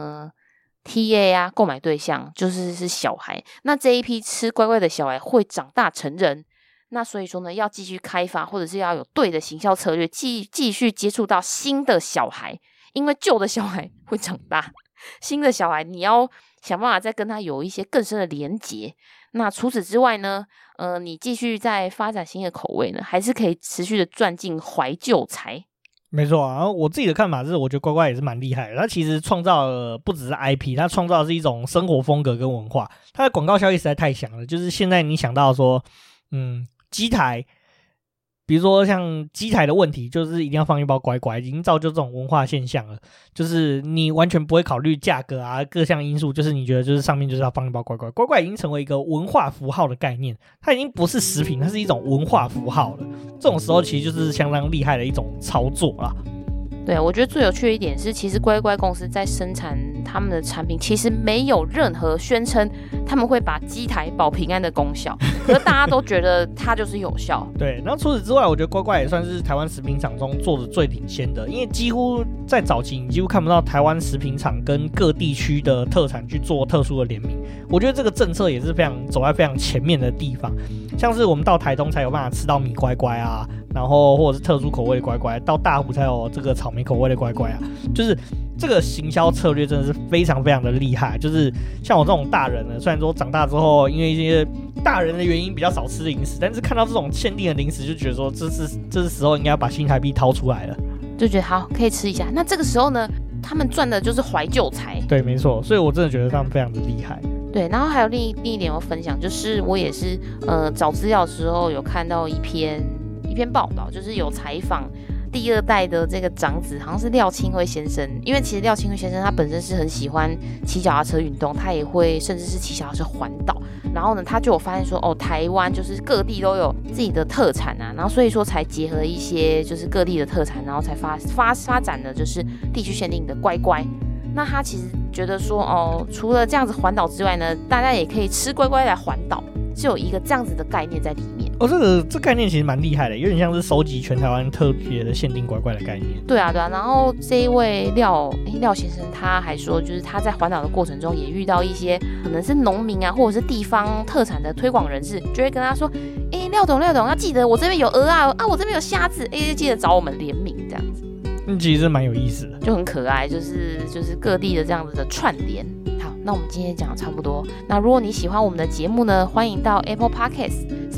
TA 啊，购买对象就是小孩，那这一批吃乖乖的小孩会长大成人。那所以说呢，要继续开发，或者是要有对的行销策略，继续接触到新的小孩，因为旧的小孩会长大，新的小孩你要想办法再跟他有一些更深的连结。那除此之外呢，你继续在发展新的口味呢，还是可以持续的赚进怀旧财。 没错然后我自己的看法是，我觉得乖乖也是蛮厉害的。它其实创造了不只是 IP， 它创造的是一种生活风格跟文化。它的广告效益实在太强了，就是现在你想到说，机台，比如说像机台的问题，就是一定要放一包乖乖，已经造就这种文化现象了。就是你完全不会考虑价格啊，各项因素，就是你觉得就是上面就是要放一包乖乖，乖乖已经成为一个文化符号的概念，它已经不是食品，它是一种文化符号了。这种时候其实就是相当厉害的一种操作啦。 对，我觉得最有趣的一点是，其实乖乖公司在生产他们的产品，其实没有任何宣称他们会把机台保平安的功效，可是大家都觉得它就是有效。 对，然后除此之外，我觉得乖乖也算是台湾食品厂中做的最领先的，因为几乎在早期你几乎看不到台湾食品厂跟各地区的特产去做特殊的联名。我觉得这个政策也是走在非常前面的地方，像是我们到台东才有办法吃到米乖乖啊，然后或者是特殊口味的乖乖，到大湖才有这个草莓口味的乖乖啊，就是这个行销策略真的是非常非常的厉害。就是像我这种大人呢，虽然说长大之后因为一些大人的原因比较少吃零食，但是看到这种限定的零食就觉得说这是时候应该要把新台币掏出来了， 就觉得好可以吃一下。那这个时候呢，他们赚的就是怀旧财。 对，没错，所以我真的觉得他们非常的厉害。 对，然后还有另一点我分享，就是我也是找资料的时候有看到一篇报道，就是有采访第2代的这个长子，好像是廖清辉先生。因为其实廖清辉先生他本身是很喜欢骑脚踏车运动，他也会甚至是骑脚踏车环岛。然后呢，他就有发现说，台湾就是各地都有自己的特产啊，然后所以说才结合一些就是各地的特产，然后才发展的就是地区限定的乖乖。那他其实觉得说，除了这样子环岛之外呢，大家也可以吃乖乖来环岛，是有一个这样子的概念在里面。 这概念其实蛮厉害的，有点像是收集全台湾特别的限定乖乖的概念。 对啊，然后这一位廖先生他还说，就是他在环岛的过程中也遇到一些可能是农民啊，或者是地方特产的推广人士，就会跟他说，廖董要记得我这边有鹅啊，我这边有虾子，记得找我们联名这样子。 其实蛮有意思的， 就很可爱，就是各地的这样子的串联。好，那我们今天讲的差不多。那如果你喜欢我们的节目呢，欢迎到 Apple Podcast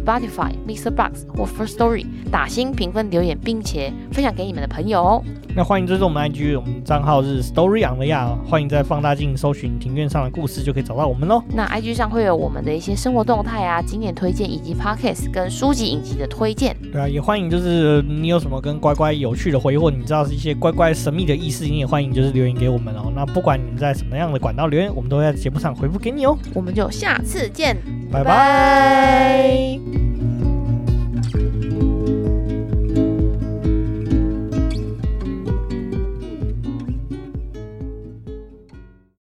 Spotify、Mixerbox 或 Firstory 打星评分留言，并且分享给你们的朋友哦。 那欢迎追踪我们 IG， 我们账号是 Story on the Yard， 欢迎在放大镜搜寻庭院上的故事就可以找到我们咯。 那 IG 上会有我们的一些生活动态啊、景点推荐以及 Podcast 跟书籍影集的推荐。 对啊，也欢迎就是你有什么跟乖乖有趣的回忆，或你知道是一些乖乖神秘的意思，你也欢迎就是留言给我们哦。那不管你在什么样的管道留言，我们都会在节目上回复给你哦。 我们就下次见， 拜拜。